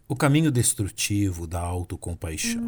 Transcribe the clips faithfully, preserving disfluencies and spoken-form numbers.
O caminho destrutivo da autocompaixão.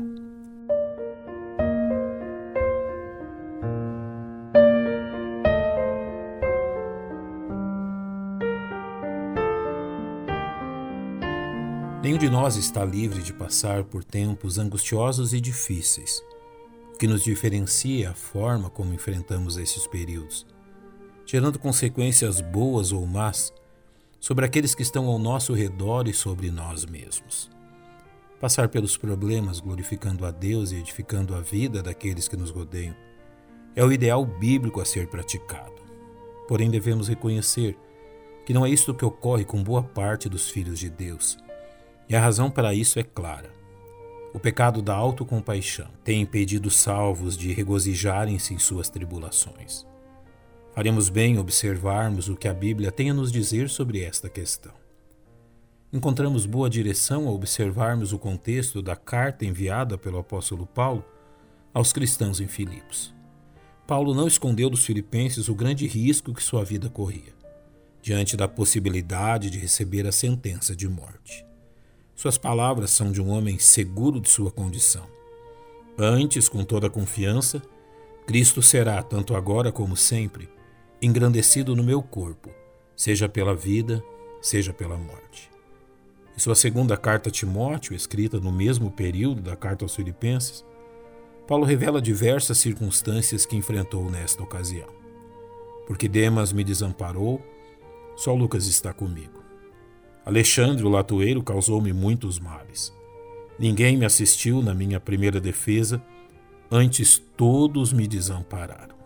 Nenhum de nós está livre de passar por tempos angustiosos e difíceis. O que nos diferencia é a forma como enfrentamos esses períodos, gerando consequências boas ou más sobre aqueles que estão ao nosso redor e sobre nós mesmos. Passar pelos problemas glorificando a Deus e edificando a vida daqueles que nos rodeiam é o ideal bíblico a ser praticado. Porém, devemos reconhecer que não é isto que ocorre com boa parte dos filhos de Deus, e a razão para isso é clara. O pecado da autocompaixão tem impedido os salvos de regozijarem-se em suas tribulações. Faremos bem em observarmos o que a Bíblia tem a nos dizer sobre esta questão. Encontramos boa direção ao observarmos o contexto da carta enviada pelo apóstolo Paulo aos cristãos em Filipos. Paulo não escondeu dos filipenses o grande risco que sua vida corria, diante da possibilidade de receber a sentença de morte. Suas palavras são de um homem seguro de sua condição. Antes, com toda a confiança, Cristo será, tanto agora como sempre, engrandecido no meu corpo, seja pela vida, seja pela morte. Em sua segunda carta a Timóteo, escrita no mesmo período da carta aos Filipenses, Paulo revela diversas circunstâncias que enfrentou nesta ocasião. Porque Demas me desamparou, só Lucas está comigo. Alexandre, o latoeiro, causou-me muitos males. Ninguém me assistiu na minha primeira defesa, antes todos me desampararam.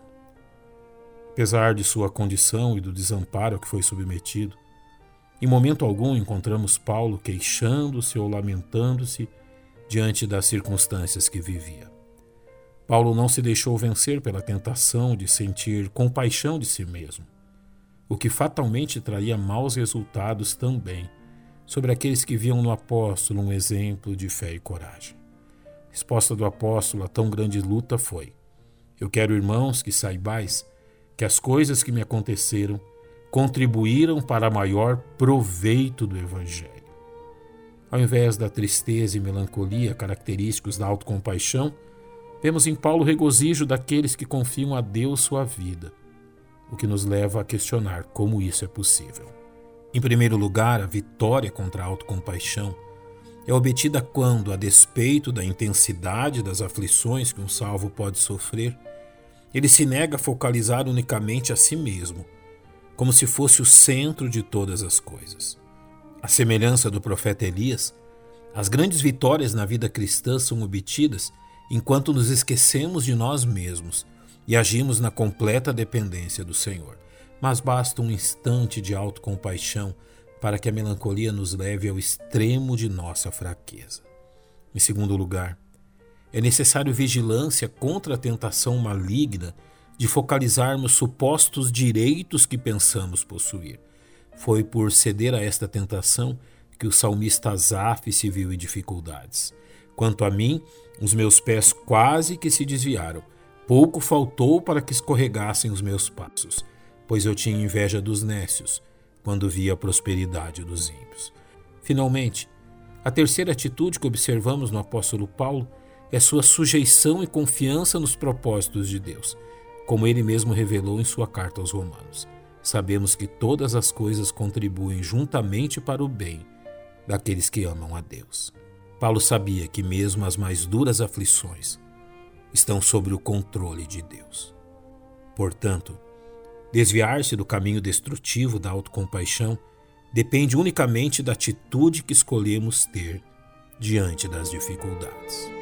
Apesar de sua condição e do desamparo a que foi submetido, em momento algum encontramos Paulo queixando-se ou lamentando-se diante das circunstâncias que vivia. Paulo não se deixou vencer pela tentação de sentir compaixão de si mesmo, o que fatalmente traria maus resultados também sobre aqueles que viam no apóstolo um exemplo de fé e coragem. A resposta do apóstolo a tão grande luta foi: eu quero, irmãos, que saibais que as coisas que me aconteceram contribuíram para maior proveito do Evangelho. Ao invés da tristeza e melancolia característicos da autocompaixão, vemos em Paulo o regozijo daqueles que confiam a Deus sua vida, o que nos leva a questionar como isso é possível. Em primeiro lugar, a vitória contra a autocompaixão é obtida quando, a despeito da intensidade das aflições que um salvo pode sofrer, ele se nega a focalizar unicamente a si mesmo, como se fosse o centro de todas as coisas. À semelhança do profeta Elias, as grandes vitórias na vida cristã são obtidas enquanto nos esquecemos de nós mesmos e agimos na completa dependência do Senhor. Mas basta um instante de autocompaixão para que a melancolia nos leve ao extremo de nossa fraqueza. Em segundo lugar, é necessário vigilância contra a tentação maligna de focalizarmos supostos direitos que pensamos possuir. Foi por ceder a esta tentação que o salmista Asaf se viu em dificuldades. Quanto a mim, os meus pés quase que se desviaram. Pouco faltou para que escorregassem os meus passos, pois eu tinha inveja dos nécios, quando via a prosperidade dos ímpios. Finalmente, a terceira atitude que observamos no apóstolo Paulo é sua sujeição e confiança nos propósitos de Deus, como ele mesmo revelou em sua carta aos Romanos. Sabemos que todas as coisas contribuem juntamente para o bem daqueles que amam a Deus. Paulo sabia que mesmo as mais duras aflições estão sob o controle de Deus. Portanto, desviar-se do caminho destrutivo da autocompaixão depende unicamente da atitude que escolhemos ter diante das dificuldades.